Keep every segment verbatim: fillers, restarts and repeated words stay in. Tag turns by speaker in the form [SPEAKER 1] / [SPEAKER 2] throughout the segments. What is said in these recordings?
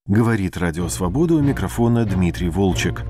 [SPEAKER 1] Говорит Радио Свобода, у микрофона Дмитрий Волчек.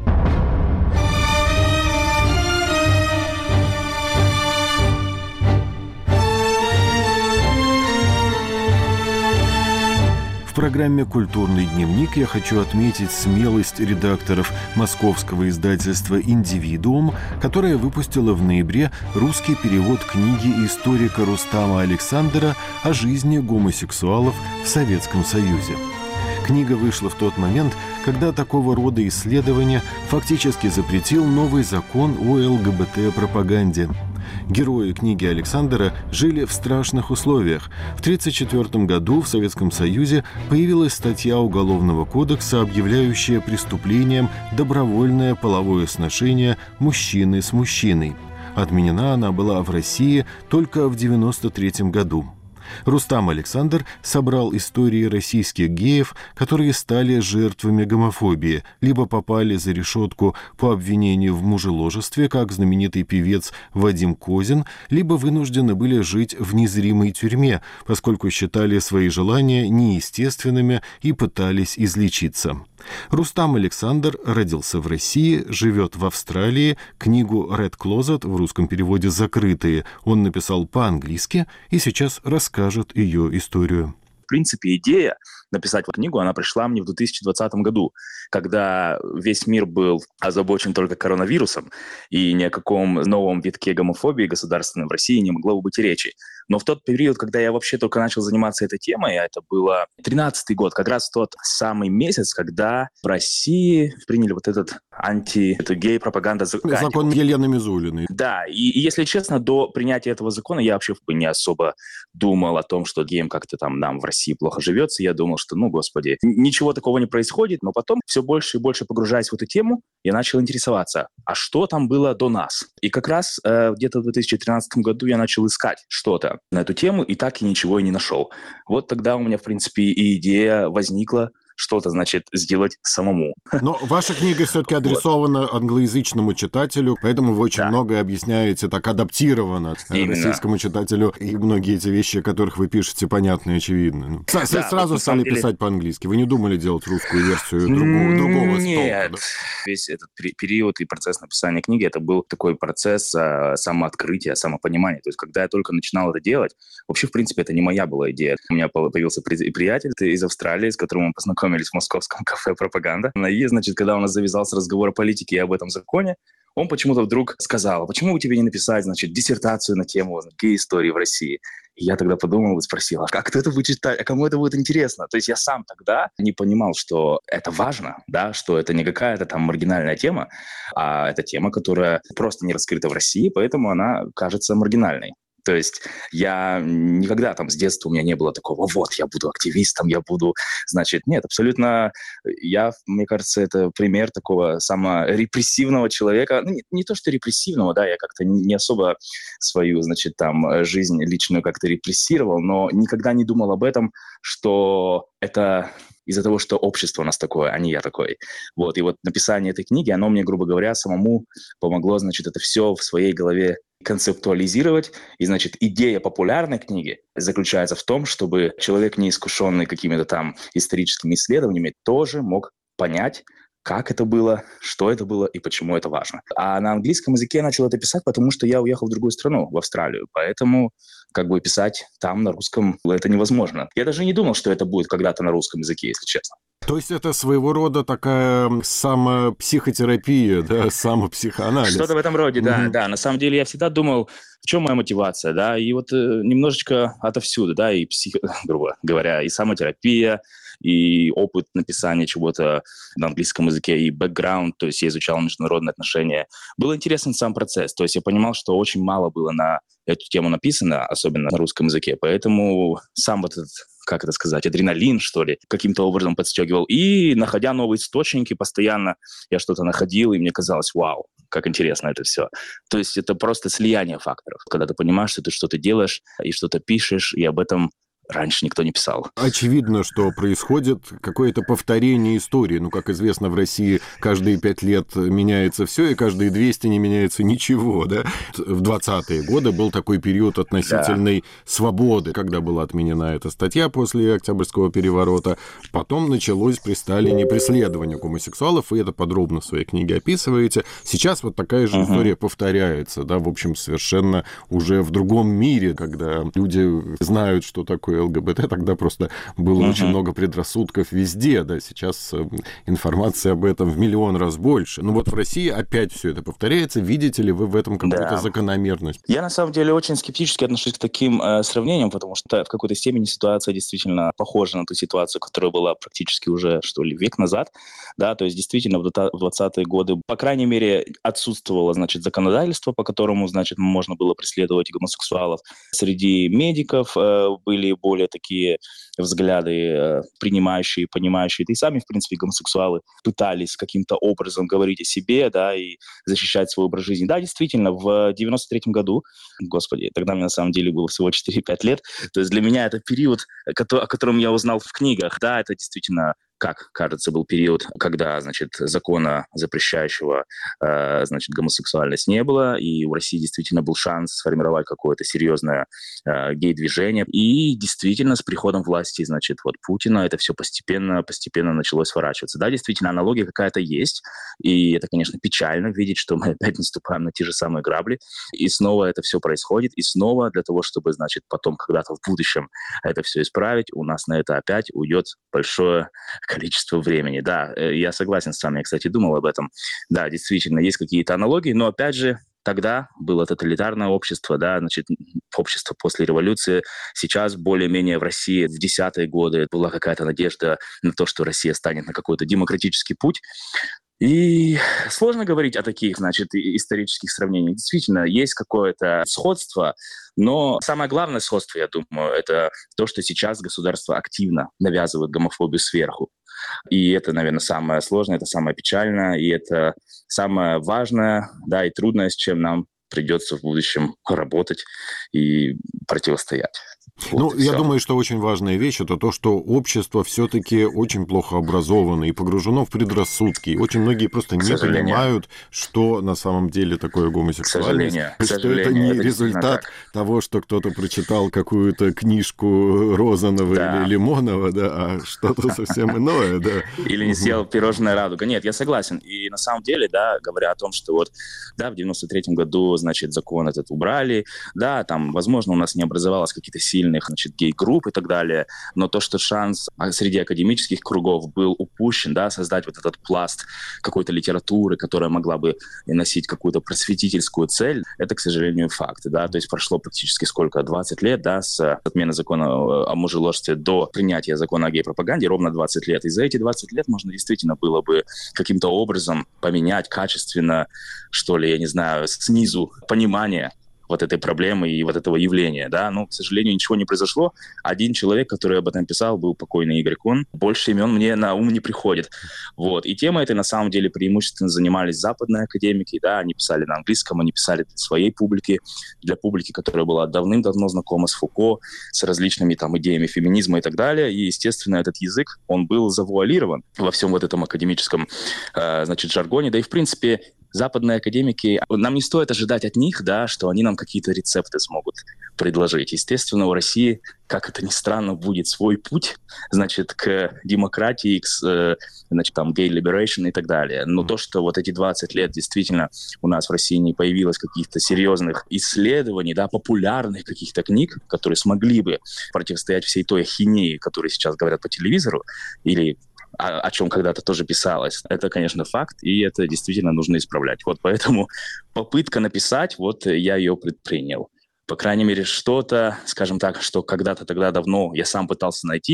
[SPEAKER 1] В программе «Культурный дневник» я хочу отметить смелость редакторов московского издательства «Индивидуум», которое выпустило в ноябре русский перевод книги историка Рустама Александера о жизни гомосексуалов в Советском Союзе. Книга вышла в тот момент, когда такого рода исследования фактически запретил новый закон о ЛГБТ-пропаганде. Герои книги Александера жили в страшных условиях. В тысяча девятьсот тридцать четвёртом году в Советском Союзе появилась статья Уголовного кодекса, объявляющая преступлением добровольное половое сношение мужчины с мужчиной. Отменена она была в России только в девяносто третьем году. Рустам Александер собрал истории российских геев, которые стали жертвами гомофобии, либо попали за решетку по обвинению в мужеложестве, как знаменитый певец Вадим Козин, либо вынуждены были жить в незримой тюрьме, поскольку считали свои желания неестественными и пытались излечиться. Рустам Александер родился в России, живет в Австралии. Книгу «Red Closet», в русском переводе «Закрытые», он написал по-английски и сейчас расскажет ее историю.
[SPEAKER 2] В принципе, идея написать книгу, она пришла мне в две тысячи двадцатом году, когда весь мир был озабочен только коронавирусом, и ни о каком новом витке гомофобии государственной в России не могло быть и речи. Но в тот период, когда я вообще только начал заниматься этой темой, а это было тринадцатый год, как раз тот самый месяц, когда в России приняли вот этот анти... эту гей-пропаганда...
[SPEAKER 1] Закон Елены Мизулиной.
[SPEAKER 2] Да, и, и если честно, до принятия этого закона я вообще не особо думал о том, что геям как-то там нам в России плохо живется. Я думал, что, ну, господи, ничего такого не происходит, но потом все больше и больше погружаясь в эту тему, я начал интересоваться, а что там было до нас? И как раз э, где-то в две тысячи тринадцатом году я начал искать что-то на эту тему, и так и ничего и не нашел. Вот тогда у меня, в принципе, и идея возникла что-то, значит, сделать самому.
[SPEAKER 1] Но ваша книга все-таки адресована вот. англоязычному читателю, поэтому вы очень да. многое объясняете так адаптированно Именно. российскому читателю, и многие эти вещи, о которых вы пишете, понятны и очевидны. Да, сразу вот, стали деле... писать по-английски. Вы не думали делать русскую версию другого, другого
[SPEAKER 2] Нет.
[SPEAKER 1] столка? Да?
[SPEAKER 2] Весь этот период и процесс написания книги, это был такой процесс а, самооткрытия, самопонимания. То есть, когда я только начинал это делать, вообще, в принципе, это не моя была идея. У меня появился приятель из Австралии, с которым мы познакомились в московском кафе «Пропаганда». И, значит, когда у нас завязался разговор о политике и об этом законе, он почему-то вдруг сказал: почему бы тебе не написать, значит, диссертацию на тему гей-истории в России? И я тогда подумал и спросил: а как кто это будет читать? А кому это будет интересно? То есть я сам тогда не понимал, что это важно, да, что это не какая-то там маргинальная тема, а это тема, которая просто не раскрыта в России, поэтому она кажется маргинальной. То есть я никогда там с детства у меня не было такого: вот, я буду активистом, я буду, значит, нет, абсолютно, я, мне кажется, это пример такого саморепрессивного человека, ну, не, не то, что репрессивного, да, я как-то не особо свою, значит, там, жизнь личную как-то репрессировал, но никогда не думал об этом, что это из-за того, что общество у нас такое, а не я такой. Вот, и вот написание этой книги, оно мне, грубо говоря, самому помогло, значит, это все в своей голове концептуализировать. И, значит, идея популярной книги заключается в том, чтобы человек, не искушенный какими-то там историческими исследованиями, тоже мог понять, как это было, что это было и почему это важно. А на английском языке я начал это писать, потому что я уехал в другую страну, в Австралию. Поэтому как бы писать там на русском это невозможно. Я даже не думал, что это будет когда-то на русском языке, если честно.
[SPEAKER 1] То есть это своего рода такая самопсихотерапия, да, самопсихоанализ.
[SPEAKER 2] Что-то в этом роде, да, mm-hmm. да. На самом деле я всегда думал, в чем моя мотивация, да, и вот э, немножечко отовсюду, да, и психо, грубо говоря, и самотерапия, и опыт написания чего-то на английском языке, и бэкграунд, то есть я изучал международные отношения. Был интересен сам процесс, то есть я понимал, что очень мало было на эту тему написано, особенно на русском языке, поэтому сам вот этот, как это сказать, адреналин, что ли, каким-то образом подстегивал. И, находя новые источники, постоянно я что-то находил, и мне казалось: вау, как интересно это все. То есть это просто слияние факторов. Когда ты понимаешь, что ты что-то делаешь, и что-то пишешь, и об этом раньше никто не писал.
[SPEAKER 1] Очевидно, что происходит какое-то повторение истории. Ну, как известно, в России каждые пять лет меняется все, и каждые двести не меняется ничего, да? В двадцатые годы был такой период относительной да. свободы, когда была отменена эта статья после Октябрьского переворота. Потом началось при Сталине преследование гомосексуалов, вы это подробно в своей книге описываете. Сейчас вот такая же угу. история повторяется, да, в общем, совершенно уже в другом мире, когда люди знают, что такое ЛГБТ, тогда просто было uh-huh. очень много предрассудков везде, да, сейчас информации об этом в миллион раз больше. Но вот в России опять все это повторяется. Видите ли вы в этом какую-то да. закономерность?
[SPEAKER 2] Я, на самом деле, очень скептически отношусь к таким э, сравнениям, потому что в какой-то степени ситуация действительно похожа на ту ситуацию, которая была практически уже, что ли, век назад, да, то есть действительно в двадцатые годы, по крайней мере, отсутствовало, значит, законодательство, по которому, значит, можно было преследовать гомосексуалов. Среди медиков э, были более такие взгляды, принимающие, понимающие. Да и сами, в принципе, гомосексуалы пытались каким-то образом говорить о себе, да, и защищать свой образ жизни. Да, действительно, в девяносто третьем году, господи, тогда мне на самом деле было всего четыре-пять лет, то есть для меня это период, о котором я узнал в книгах, да, это действительно, как кажется, был период, когда, значит, закона, запрещающего, э, значит, гомосексуальность не было, и у России действительно был шанс сформировать какое-то серьезное э, гей-движение. И действительно с приходом власти, значит, вот Путина это все постепенно, постепенно началось сворачиваться. Да, действительно, аналогия какая-то есть, и это, конечно, печально видеть, что мы опять наступаем на те же самые грабли, и снова это все происходит, и снова для того, чтобы, значит, потом когда-то в будущем это все исправить, у нас на это опять уйдет большое количество времени. Да, я согласен с вами, я, кстати, думал об этом. Да, действительно, есть какие-то аналогии, но, опять же, тогда было тоталитарное общество, да, значит, общество после революции. Сейчас более-менее в России в десятые годы была какая-то надежда на то, что Россия станет на какой-то демократический путь. И сложно говорить о таких, значит, исторических сравнениях. Действительно, есть какое-то сходство, но самое главное сходство, я думаю, это то, что сейчас государство активно навязывает гомофобию сверху. И это, наверное, самое сложное, это самое печальное, и это самое важное, да, и трудное, с чем нам придется в будущем работать и противостоять.
[SPEAKER 1] Ну,
[SPEAKER 2] вот
[SPEAKER 1] я
[SPEAKER 2] все.
[SPEAKER 1] думаю, что очень важная вещь – это то, что общество все-таки очень плохо образовано и погружено в предрассудки. И очень многие просто не понимают, что на самом деле такое гомосексуальность.
[SPEAKER 2] К
[SPEAKER 1] что это не это результат того, что кто-то прочитал какую-то книжку Розанова да. или Лимонова, да, а что-то совсем иное. Да.
[SPEAKER 2] Или не съел пирожное «Радуга». Нет, я согласен. И на самом деле, да, говоря о том, что вот, да, в девяносто третьем году, значит, закон этот убрали, да, там, возможно, у нас не образовалось какие-то сильных, значит, гей-групп и так далее, но то, что шанс среди академических кругов был упущен, да, создать вот этот пласт какой-то литературы, которая могла бы носить какую-то просветительскую цель, это, к сожалению, факт, да, то есть прошло практически сколько, двадцать лет, да, с отмены закона о мужеложестве до принятия закона о гей-пропаганде, ровно двадцать лет, и за эти двадцать лет можно действительно было бы каким-то образом поменять качественно, что ли, я не знаю, снизу понимание вот этой проблемы и вот этого явления, да, но, к сожалению, ничего не произошло. Один человек, который об этом писал, был покойный Игорь Кон. Больше имен мне на ум не приходит. Вот. И темой этой, на самом деле, преимущественно занимались западные академики, да, они писали на английском, они писали для своей публики, для публики, которая была давным-давно знакома с Фуко, с различными там идеями феминизма и так далее, и, естественно, этот язык, он был завуалирован во всем вот этом академическом, э, значит, жаргоне, да и, в принципе, западные академики, нам не стоит ожидать от них, да, что они нам какие-то рецепты смогут предложить. Естественно, у России, как это ни странно, будет свой путь, значит, к демократии, к, значит, там, гей-либерейшн и так далее. Но то, что вот эти двадцать лет действительно у нас в России не появилось каких-то серьезных исследований, да, популярных каких-то книг, которые смогли бы противостоять всей той ахинеи, которой сейчас говорят по телевизору, или О, о чем когда-то тоже писалось. Это, конечно, факт, и это действительно нужно исправлять. Вот поэтому попытка написать, вот я ее предпринял. По крайней мере, что-то, скажем так, что когда-то тогда давно я сам пытался найти,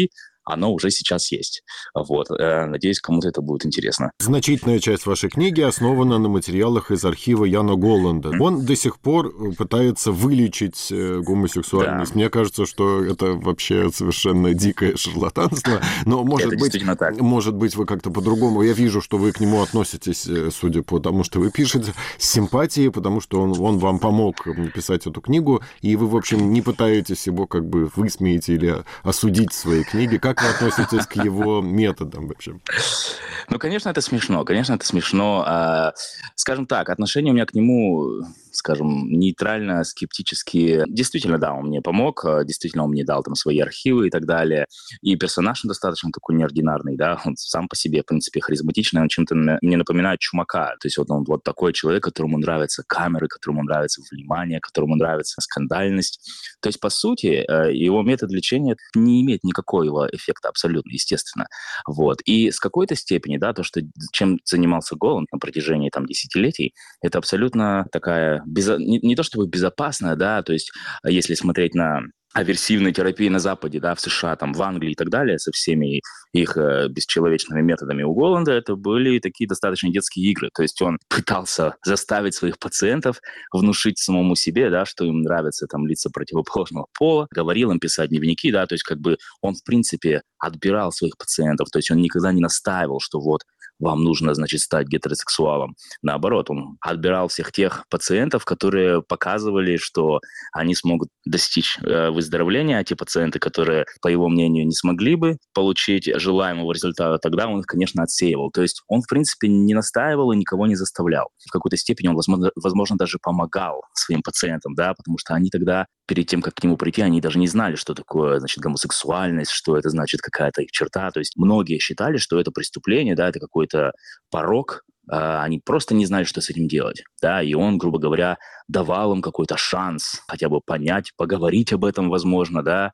[SPEAKER 2] оно уже сейчас есть. Вот. Надеюсь, кому-то это будет интересно.
[SPEAKER 1] Значительная часть вашей книги основана на материалах из архива Яна Голланда. Mm-hmm. Он до сих пор пытается вылечить гомосексуальность. Да. Мне кажется, что это вообще совершенно дикое шарлатанство. Но, может быть, может быть, вы как-то по-другому. Я вижу, что вы к нему относитесь, судя по тому, что вы пишете, с симпатией, потому что он, он вам помог написать эту книгу, и вы, в общем, не пытаетесь его как бы высмеять или осудить в своей книге. Как вы относитесь к его методам вообще?
[SPEAKER 2] Ну, конечно, это смешно. Конечно, это смешно. Скажем так, отношение у меня к нему, скажем, нейтрально, скептически. Действительно, да, он мне помог, действительно, он мне дал там свои архивы и так далее. И персонаж он достаточно такой неординарный, да, он сам по себе, в принципе, харизматичный, он чем-то мне напоминает Чумака. То есть вот он вот такой человек, которому нравятся камеры, которому нравится внимание, которому нравится скандальность. То есть, по сути, его метод лечения не имеет никакого эффекта абсолютно, естественно. Вот. И с какой-то степени, да, то, что чем занимался Голланд на протяжении там десятилетий, это абсолютно такая, безо... не, не то чтобы безопасная, да, то есть если смотреть на аверсивной терапии на Западе, да, в США, там, в Англии и так далее, со всеми их э, бесчеловечными методами у Голланда, это были такие достаточно детские игры. То есть он пытался заставить своих пациентов внушить самому себе, да, что им нравятся там лица противоположного пола, говорил им писать дневники, да, то есть как бы он, в принципе, отбирал своих пациентов, то есть он никогда не настаивал, что вот вам нужно, значит, стать гетеросексуалом. Наоборот, он отбирал всех тех пациентов, которые показывали, что они смогут достичь э, выздоровления, а те пациенты, которые, по его мнению, не смогли бы получить желаемого результата, тогда он их, конечно, отсеивал. То есть он, в принципе, не настаивал и никого не заставлял. В какой-то степени он, возможно, возможно даже помогал своим пациентам, да, потому что они тогда, перед тем, как к нему прийти, они даже не знали, что такое, значит, гомосексуальность, что это значит какая-то их черта. То есть многие считали, что это преступление, да, это какой-то порок, они просто не знали, что с этим делать, да, и он, грубо говоря, давал им какой-то шанс хотя бы понять, поговорить об этом, возможно, да,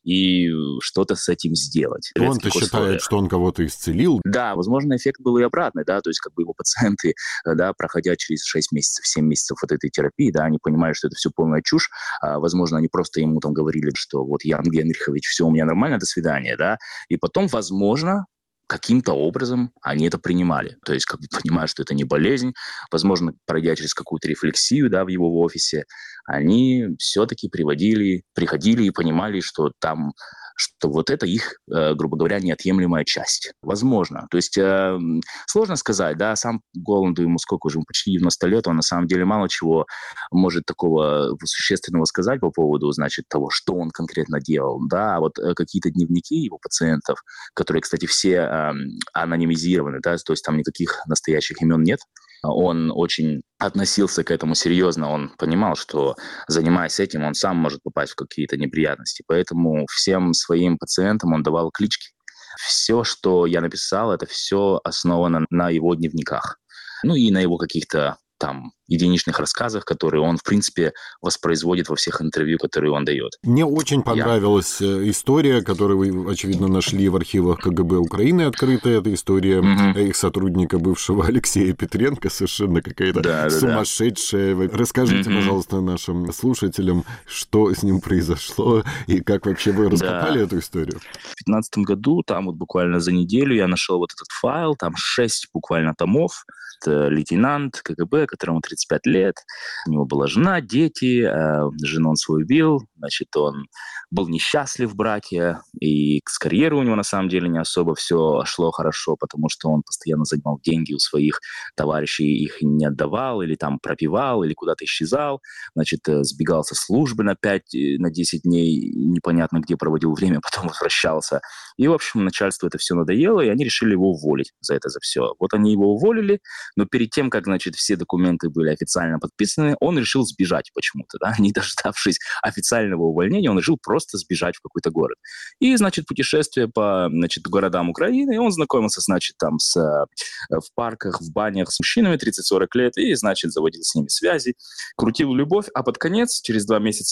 [SPEAKER 2] и что-то с этим сделать.
[SPEAKER 1] Он-то считает, что он кого-то исцелил.
[SPEAKER 2] Да, возможно, эффект был и обратный, да, то есть как бы его пациенты, да, проходя через шесть месяцев, семь месяцев вот этой терапии, да, они понимают, что это все полная чушь, а, возможно, они просто ему там говорили, что вот Ян Генрихович, все у меня нормально, до свидания, да, и потом, возможно, каким-то образом они это принимали. То есть, как бы понимая, что это не болезнь, возможно, пройдя через какую-то рефлексию, да, в его офисе, они все-таки приводили, приходили и понимали, что там, что вот это их, э, грубо говоря, неотъемлемая часть. Возможно. То есть э, сложно сказать, да, сам Голланду, ему сколько уже, почти девяносто лет, он на самом деле мало чего может такого существенного сказать по поводу, значит, того, что он конкретно делал, да, вот э, какие-то дневники его пациентов, которые, кстати, все э, анонимизированы, да, то есть там никаких настоящих имен нет, он очень относился к этому серьезно, он понимал, что, занимаясь этим, он сам может попасть в какие-то неприятности, поэтому всем своим пациентам он давал клички. Все, что я написал, это все основано на его дневниках, ну и на его каких-то там единичных рассказах, которые он, в принципе, воспроизводит во всех интервью, которые он дает.
[SPEAKER 1] Мне очень понравилась Я... история, которую вы, очевидно, нашли в архивах КГБ Украины открытая. Это история mm-hmm. их сотрудника, бывшего Алексея Петренко, совершенно какая-то да, сумасшедшая. Да, да. Расскажите, mm-hmm. пожалуйста, нашим слушателям, что с ним произошло и как вообще вы раскопали да. эту историю.
[SPEAKER 2] В две тысячи пятнадцатом году, там вот буквально за неделю я нашел вот этот файл, там шесть буквально томов. Это лейтенант КГБ, которому тридцать пять лет. У него была жена, дети. Жену он свою убил. Значит, он был несчастлив в браке. И с карьерой у него на самом деле не особо все шло хорошо, потому что он постоянно занимал деньги у своих товарищей, их не отдавал, или там пропивал, или куда-то исчезал. Значит, сбегал со службы на пять, на десять дней, непонятно где проводил время, потом возвращался. И, в общем, начальству это все надоело, и они решили его уволить за это, за все. Вот они его уволили, но перед тем, как, значит, все документы были официально подписаны, он решил сбежать почему-то, да, не дождавшись официального увольнения, он решил просто сбежать в какой-то город. И, значит, путешествие по, значит, городам Украины, и он знакомился, значит, там с, в парках, в банях с мужчинами тридцать-сорок лет, и, значит, заводил с ними связи, крутил любовь, а под конец, через два месяца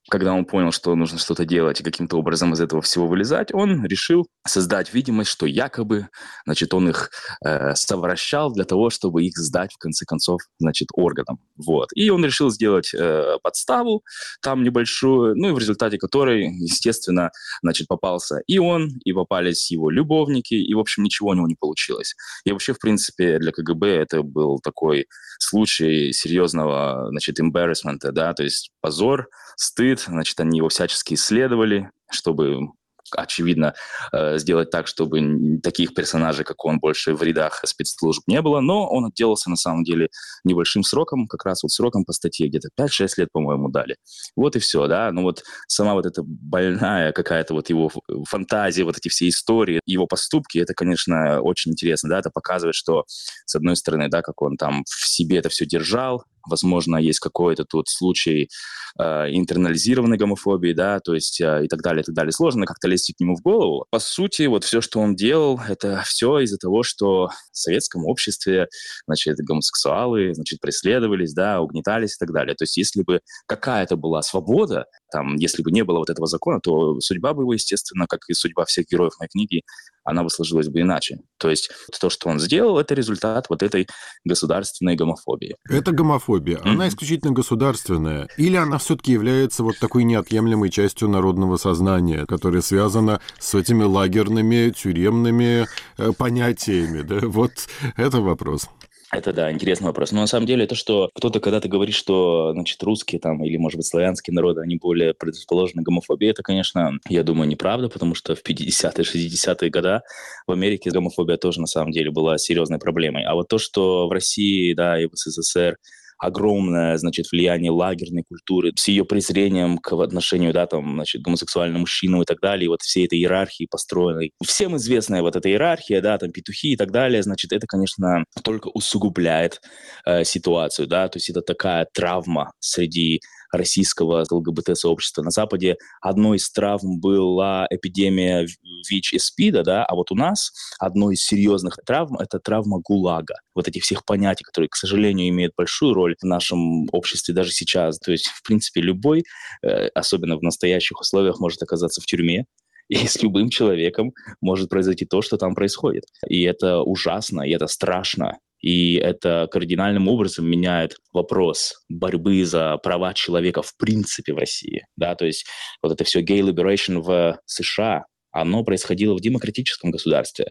[SPEAKER 2] когда он понял, что нужно что-то делать и каким-то образом из этого всего вылезать, он решил создать видимость, что якобы, значит, он их э, совращал для того, чтобы их сдать, в конце концов, значит, органам. Вот. И он решил сделать э, подставу там небольшую, ну и в результате которой, естественно, значит, попался и он, и попались его любовники, и, в общем, ничего у него не получилось. И вообще, в принципе, для ка гэ бэ это был такой случай серьезного, значит, embarrassment, да, то есть позор, стыд, значит, они его всячески исследовали, чтобы, очевидно, э, сделать так, чтобы таких персонажей, как он, больше в рядах спецслужб не было, но он отделался, на самом деле, небольшим сроком, как раз вот сроком по статье, где-то пять-шесть лет, по-моему, дали. Вот и все, да, ну вот сама вот эта больная какая-то вот его фантазия, вот эти все истории, его поступки, это, конечно, очень интересно, да, это показывает, что, с одной стороны, да, как он там в себе это все держал, возможно, есть какой-то тут случай э, интернализированной гомофобии, да, то есть э, и так далее, и так далее. Сложно как-то лезть к нему в голову. По сути, вот все, что он делал, это все из-за того, что в советском обществе, значит, гомосексуалы, значит, преследовались, да, угнетались и так далее. То есть если бы какая-то была свобода, там, если бы не было вот этого закона, то судьба бы его, естественно, как и судьба всех героев моей книги, она бы сложилась бы иначе. То есть то, что он сделал, это результат вот этой государственной гомофобии.
[SPEAKER 1] Это гомофобия. Mm-hmm. Она исключительно государственная? Или она все-таки является вот такой неотъемлемой частью народного сознания, которая связана с этими лагерными, тюремными э, понятиями? Да? Вот это вопрос.
[SPEAKER 2] Это, да, интересный вопрос. Но на самом деле то, что кто-то когда-то говорит, что, значит, русские там или, может быть, славянские народы, они более предрасположены к гомофобии, это, конечно, я думаю, неправда, потому что в пятидесятые, шестидесятые годы в Америке гомофобия тоже, на самом деле, была серьезной проблемой. А вот то, что в России, да, и в эс эс эс эр огромное, значит, влияние лагерной культуры с ее презрением к отношению, да, там, значит, гомосексуальным мужчинам и так далее, и вот всей этой иерархии построенной. Всем известная вот эта иерархия, да, там, петухи и так далее, значит, это, конечно, только усугубляет э, ситуацию, да, то есть это такая травма среди российского эл гэ бэ тэ-сообщества. На Западе одной из травм была эпидемия ВИЧ и СПИДа, да, а вот у нас одной из серьезных травм – это травма ГУЛАГа. Вот этих всех понятий, которые, к сожалению, имеют большую роль в нашем обществе даже сейчас. То есть, в принципе, любой, э, особенно в настоящих условиях, может оказаться в тюрьме, и с любым человеком может произойти то, что там происходит. И это ужасно, и это страшно. И это кардинальным образом меняет вопрос борьбы за права человека в принципе в России. Да? То есть вот это все gay liberation в США, оно происходило в демократическом государстве.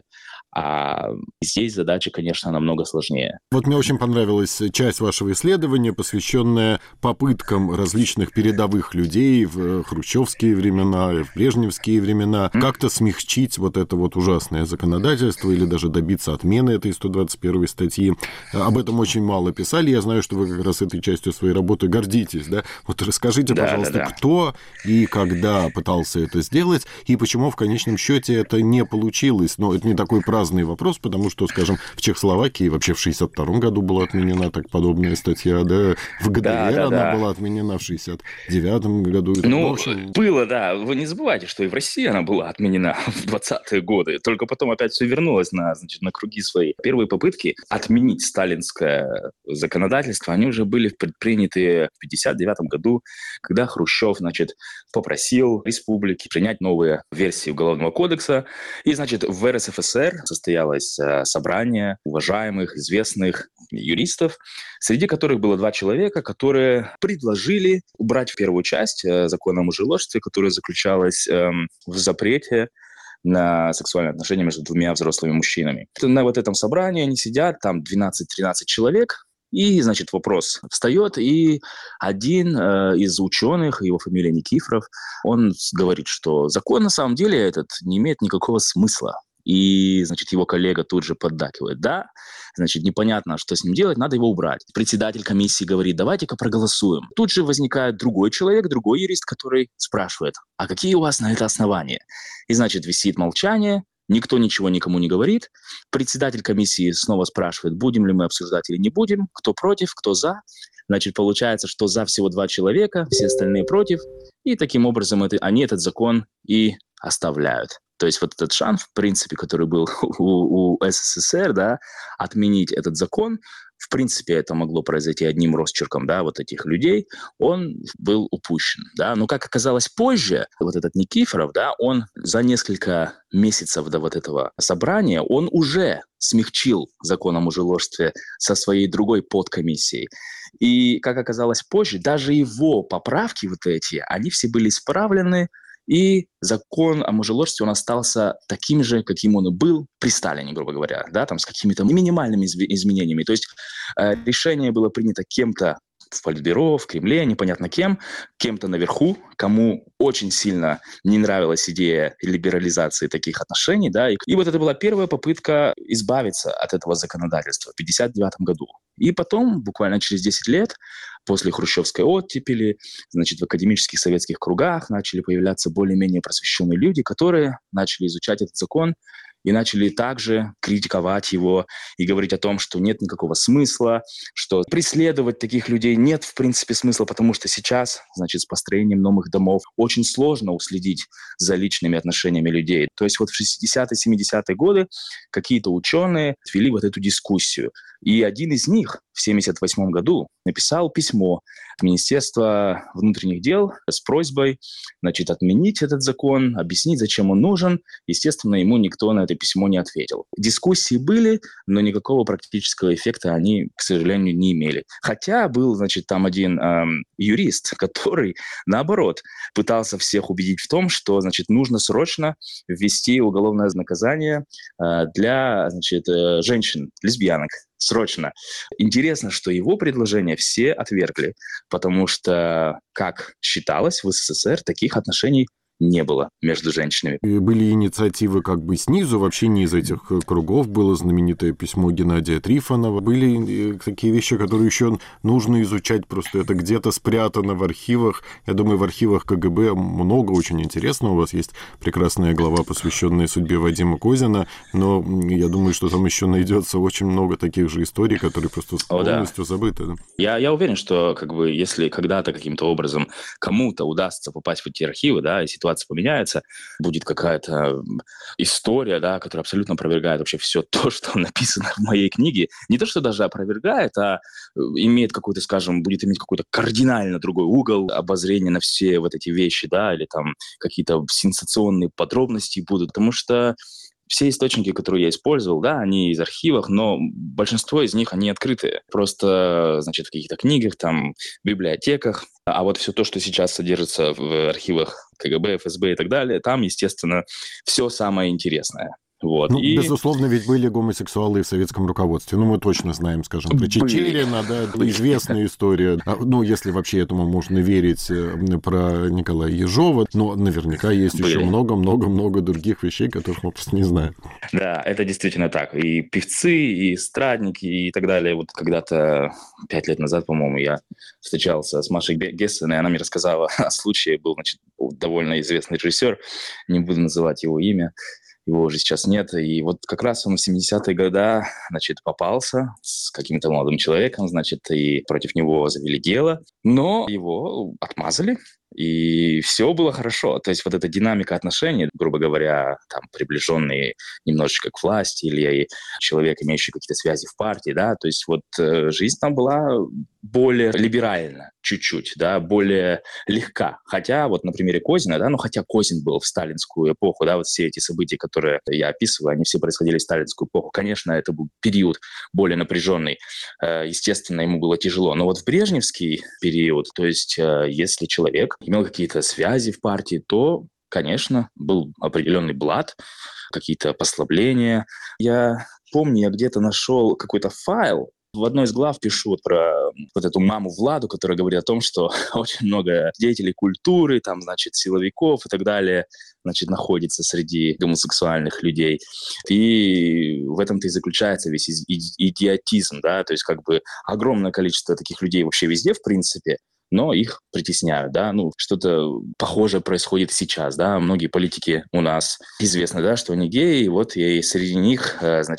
[SPEAKER 2] А здесь задача, конечно, намного сложнее.
[SPEAKER 1] Вот мне очень понравилась часть вашего исследования, посвященная попыткам различных передовых людей в хрущевские времена, в брежневские времена mm. как-то смягчить вот это вот ужасное законодательство или даже добиться отмены этой сто двадцать первой статьи. Об этом очень мало писали. Я знаю, что вы как раз этой частью своей работы гордитесь. Да? Вот расскажите, да, пожалуйста, да, да. кто и когда пытался это сделать, и почему в конечном счете это не получилось. Но это не такой праздный вопрос, потому что, скажем, в Чехословакии вообще в шестьдесят втором году была отменена так подобная статья, да, в гэ дэ эр да, да, она да. была отменена в шестьдесят девятом году.
[SPEAKER 2] Ну, общем... было, да. Вы не забывайте, что и в России она была отменена в двадцатые годы, только потом опять все вернулось на, значит, на круги свои. Первые попытки отменить сталинское законодательство, они уже были предприняты в пятьдесят девятом году, когда Хрущев, значит, попросил республики принять новые версии Уголовного кодекса, и, значит, в эр эс эф эс эр состоялось собрание уважаемых, известных юристов, среди которых было два человека, которые предложили убрать в первую часть закона о мужеложестве, которая заключалась эм, в запрете на сексуальные отношения между двумя взрослыми мужчинами. На вот этом собрании они сидят, там двенадцать-тринадцать человек, и, значит, вопрос встает, и один э, из ученых, его фамилия Никифоров, он говорит, что закон на самом деле этот не имеет никакого смысла. И, значит, его коллега тут же поддакивает. Да, значит, непонятно, что с ним делать, надо его убрать. Председатель комиссии говорит, давайте-ка проголосуем. Тут же возникает другой человек, другой юрист, который спрашивает, а какие у вас на это основания? И, значит, висит молчание, никто ничего никому не говорит. Председатель комиссии снова спрашивает, будем ли мы обсуждать или не будем, кто против, кто за. Значит, получается, что за всего два человека, все остальные против. И таким образом это, они этот закон и оставляют. То есть вот этот шанс, в принципе, который был у, у эс эс эс эр, да, отменить этот закон, в принципе, это могло произойти одним росчерком, да, вот этих людей, он был упущен, да. Но, как оказалось позже, вот этот Никифоров, да, он за несколько месяцев до вот этого собрания, он уже смягчил закон о мужеложстве со своей другой подкомиссией. И, как оказалось позже, даже его поправки вот эти, они все были исправлены, и закон о мужеложстве, он остался таким же, каким он и был при Сталине, грубо говоря, да, там с какими-то минимальными изменениями. То есть э, решение было принято кем-то в Политбюро, в Кремле, непонятно кем, кем-то наверху, кому очень сильно не нравилась идея либерализации таких отношений, да, и, и вот это была первая попытка избавиться от этого законодательства в пятьдесят девятом году. И потом, буквально через десять лет, после хрущевской оттепели, значит, в академических советских кругах начали появляться более-менее просвещенные люди, которые начали изучать этот закон и начали также критиковать его и говорить о том, что нет никакого смысла, что преследовать таких людей нет, в принципе, смысла, потому что сейчас, значит, с построением новых домов очень сложно уследить за личными отношениями людей. То есть вот в шестидесятые, семидесятые годы какие-то ученые вели вот эту дискуссию. И один из них в семьдесят восьмом году написал письмо в Министерство внутренних дел с просьбой, значит, отменить этот закон, объяснить, зачем он нужен. Естественно, ему никто на это письмо не ответил. Дискуссии были, но никакого практического эффекта они, к сожалению, не имели. Хотя был, значит, там один эм, юрист, который, наоборот, пытался всех убедить в том, что, значит, нужно срочно ввести уголовное наказание э, для, значит, э, женщин, лесбиянок. Срочно. Интересно, что его предложения все отвергли, потому что, как считалось, в СССР таких отношений не было между женщинами.
[SPEAKER 1] И были инициативы как бы снизу, вообще не из этих кругов. Было знаменитое письмо Геннадия Трифонова. Были такие вещи, которые еще нужно изучать, просто это где-то спрятано в архивах. Я думаю, в архивах КГБ много очень интересного. У вас есть прекрасная глава, посвященная судьбе Вадима Козина, но я думаю, что там еще найдется очень много таких же историй, которые просто
[SPEAKER 2] О,
[SPEAKER 1] полностью
[SPEAKER 2] да.
[SPEAKER 1] забыты. Да?
[SPEAKER 2] Я, я уверен, что как бы, если когда-то каким-то образом кому-то удастся попасть в эти архивы, да, и ситуация поменяется, будет какая-то история, да, которая абсолютно опровергает вообще все то, что написано в моей книге. Не то, что даже опровергает, а имеет какой-то, скажем, будет иметь какой-то кардинально другой угол обозрения на все вот эти вещи, да, или там какие-то сенсационные подробности будут, потому что все источники, которые я использовал, да, они из архивов, но большинство из них, они открытые. Просто, значит, в каких-то книгах, там, библиотеках. А вот все то, что сейчас содержится в архивах КГБ, ФСБ и так далее, там, естественно, все самое интересное. Вот.
[SPEAKER 1] Ну,
[SPEAKER 2] и...
[SPEAKER 1] безусловно, ведь были гомосексуалы и в советском руководстве. Ну, мы точно знаем, скажем, про Чечерина, да, известная история. Ну, если вообще этому можно верить, про Николая Ежова, но наверняка есть были. Еще много-много-много других вещей, которых мы просто не знаем.
[SPEAKER 2] Да, это действительно так. И певцы, и эстрадники, и так далее. Вот когда-то, пять лет назад, по-моему, я встречался с Машей Гессен, и она мне рассказала о случае. Был, значит, довольно известный режиссер, не буду называть его имя, его уже сейчас нет. И вот как раз он в семидесятые годы, значит, попался с каким-то молодым человеком, значит, и против него завели дело, но его отмазали, и все было хорошо. То есть вот эта динамика отношений, грубо говоря, там, приближенные немножечко к власти или человек, имеющий какие-то связи в партии, да, то есть вот э, жизнь там была более либеральна чуть-чуть, да, более легка. Хотя вот на примере Козина, да, ну хотя Козин был в сталинскую эпоху, да, вот все эти события, которые я описываю, они все происходили в сталинскую эпоху. Конечно, это был период более напряженный. Э, естественно, ему было тяжело. Но вот в брежневский период, то есть э, если человек имел какие-то связи в партии, то, конечно, был определенный блат, какие-то послабления. Я помню, я где-то нашел какой-то файл, в одной из глав пишу вот про вот эту маму Владу, которая говорит о том, что очень много деятелей культуры, там, значит, силовиков и так далее, значит, находится среди гомосексуальных людей. И в этом-то и заключается весь идиотизм, да, то есть как бы огромное количество таких людей вообще везде, в принципе, но их притесняют, да, ну, что-то похожее происходит сейчас, да, многие политики у нас известны, да, что они геи, вот и среди них, значит,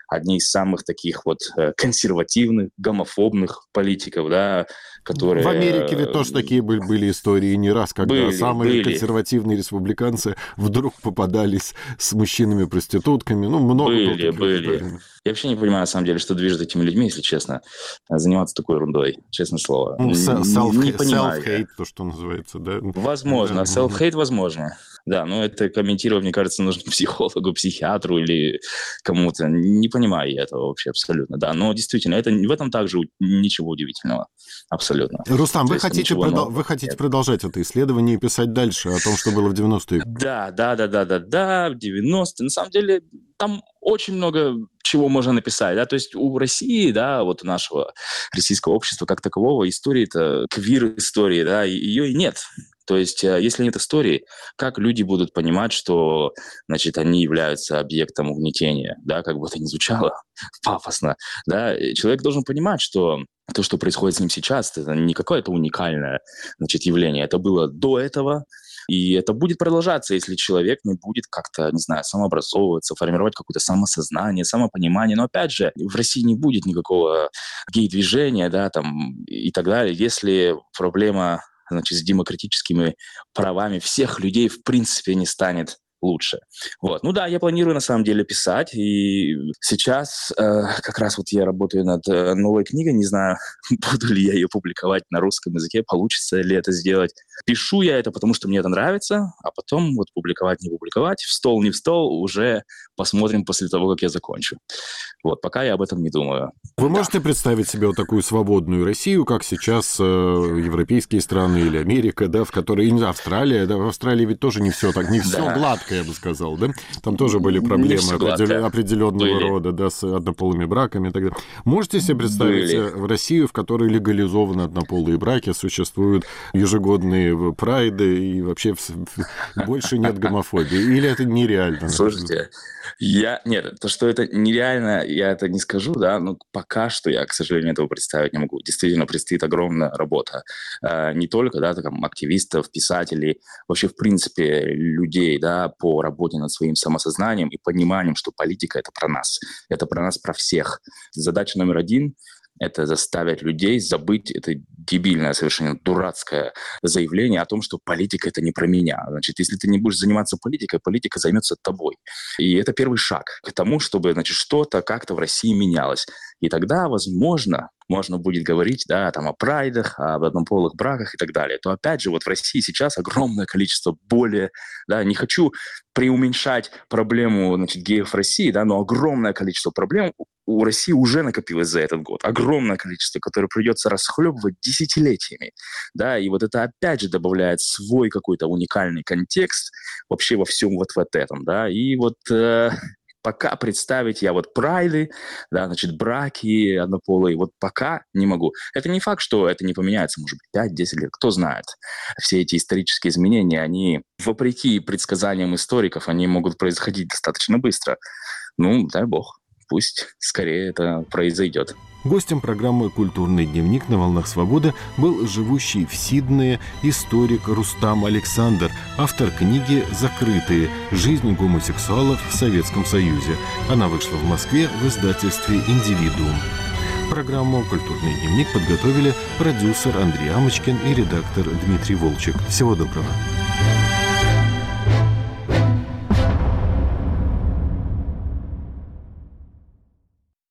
[SPEAKER 2] одни из самых таких вот консервативных, гомофобных политиков, да, которые...
[SPEAKER 1] В Америке ведь тоже такие были истории не раз, когда
[SPEAKER 2] были,
[SPEAKER 1] самые
[SPEAKER 2] были.
[SPEAKER 1] консервативные республиканцы вдруг попадались с мужчинами-проститутками. Ну, много
[SPEAKER 2] были,
[SPEAKER 1] было
[SPEAKER 2] были.
[SPEAKER 1] историй.
[SPEAKER 2] Я вообще не понимаю, на самом деле, что движет этими людьми, если честно, заниматься такой ерундой, честное слово.
[SPEAKER 1] Ну, self-hate,
[SPEAKER 2] не понимаю.
[SPEAKER 1] Self-hate, то, что называется, да?
[SPEAKER 2] Возможно,
[SPEAKER 1] да.
[SPEAKER 2] self-hate возможно. Да, но это комментировать, мне кажется, нужно психологу, психиатру или кому-то. Не понимаю я этого вообще абсолютно, да. Но действительно, это, в этом также ничего удивительного. Абсолютно.
[SPEAKER 1] Рустам, вы
[SPEAKER 2] есть
[SPEAKER 1] хотите,
[SPEAKER 2] ничего
[SPEAKER 1] продол-
[SPEAKER 2] нового
[SPEAKER 1] вы хотите
[SPEAKER 2] нет.
[SPEAKER 1] продолжать это исследование и писать дальше о том, что было в девяностые?
[SPEAKER 2] Да, да, да, да, да, да, в девяностые. На самом деле, там очень много чего можно написать, да, то есть у России, да, вот у нашего российского общества как такового истории-то, квир-истории, да, ее и нет. То есть, если нет истории, как люди будут понимать, что, значит, они являются объектом угнетения, да, как бы это ни звучало пафосно, да, человек должен понимать, что то, что происходит с ним сейчас, это не какое-то уникальное, значит, явление, это было до этого, и это будет продолжаться, если человек не будет как-то, не знаю, самообразовываться, формировать какое-то самосознание, самопонимание. Но опять же, в России не будет никакого гей-движения, да, там, и так далее, если проблема, значит, с демократическими правами всех людей в принципе не станет лучше. Вот. Ну да, я планирую на самом деле писать, и сейчас э, как раз вот я работаю над э, новой книгой, не знаю, буду ли я ее публиковать на русском языке, получится ли это сделать. Пишу я это, потому что мне это нравится, а потом вот публиковать, не публиковать, в стол, не в стол, уже посмотрим после того, как я закончу. Вот, пока я об этом не думаю.
[SPEAKER 1] Вы
[SPEAKER 2] да.
[SPEAKER 1] можете представить себе вот такую свободную Россию, как сейчас э, европейские страны или Америка, да, в которой, не знаю, Австралия, да, в Австралии ведь тоже не все так, не все
[SPEAKER 2] Да.
[SPEAKER 1] гладко, я бы сказал, да? Там тоже были проблемы
[SPEAKER 2] всё
[SPEAKER 1] определен-
[SPEAKER 2] гладко.
[SPEAKER 1] определенного
[SPEAKER 2] Были.
[SPEAKER 1] рода, да, с однополыми браками и так далее. Можете себе представить
[SPEAKER 2] Были.
[SPEAKER 1] э, в Россию, в которой легализованы однополые браки, существуют ежегодные прайды и вообще в- в- больше нет гомофобии? Или это нереально?
[SPEAKER 2] Слушайте, я... Нет, то, что это нереально, я это не скажу, да, но пока что я, к сожалению, этого представить не могу. Действительно, предстоит огромная работа. Э, не только, да, там, активистов, писателей, вообще, в принципе, людей, да, по работе над своим самосознанием и пониманием, что политика – это про нас. Это про нас, про всех. Задача номер один – это заставить людей забыть это дебильное, совершенно дурацкое заявление о том, что политика – это не про меня. Значит, если ты не будешь заниматься политикой, политика займется тобой. И это первый шаг к тому, чтобы, значит, что-то как-то в России менялось. И тогда, возможно, можно будет говорить, да, там, о прайдах, об однополых браках и так далее. То, опять же, вот в России сейчас огромное количество боли, да, не хочу преуменьшать проблему, значит, геев в России, да, но огромное количество проблем у России уже накопилось за этот год. Огромное количество, которое придется расхлебывать десятилетиями. Да, и вот это опять же добавляет свой какой-то уникальный контекст вообще во всем вот, вот этом. Да. И вот э, пока представить я вот прайды, да, значит, браки однополые, вот пока не могу. Это не факт, что это не поменяется, может быть, пять-десять лет, кто знает. Все эти исторические изменения, они, вопреки предсказаниям историков, они могут происходить достаточно быстро. Ну, дай бог. Пусть скорее это произойдет.
[SPEAKER 1] Гостем программы «Культурный дневник» на «Волнах Свободы» был живущий в Сиднее историк Рустам Александр, автор книги «Закрытые. Жизнь гомосексуалов в Советском Союзе». Она вышла в Москве в издательстве «Индивидуум». Программу «Культурный дневник» подготовили продюсер Андрей Амочкин и редактор Дмитрий Волчек. Всего доброго.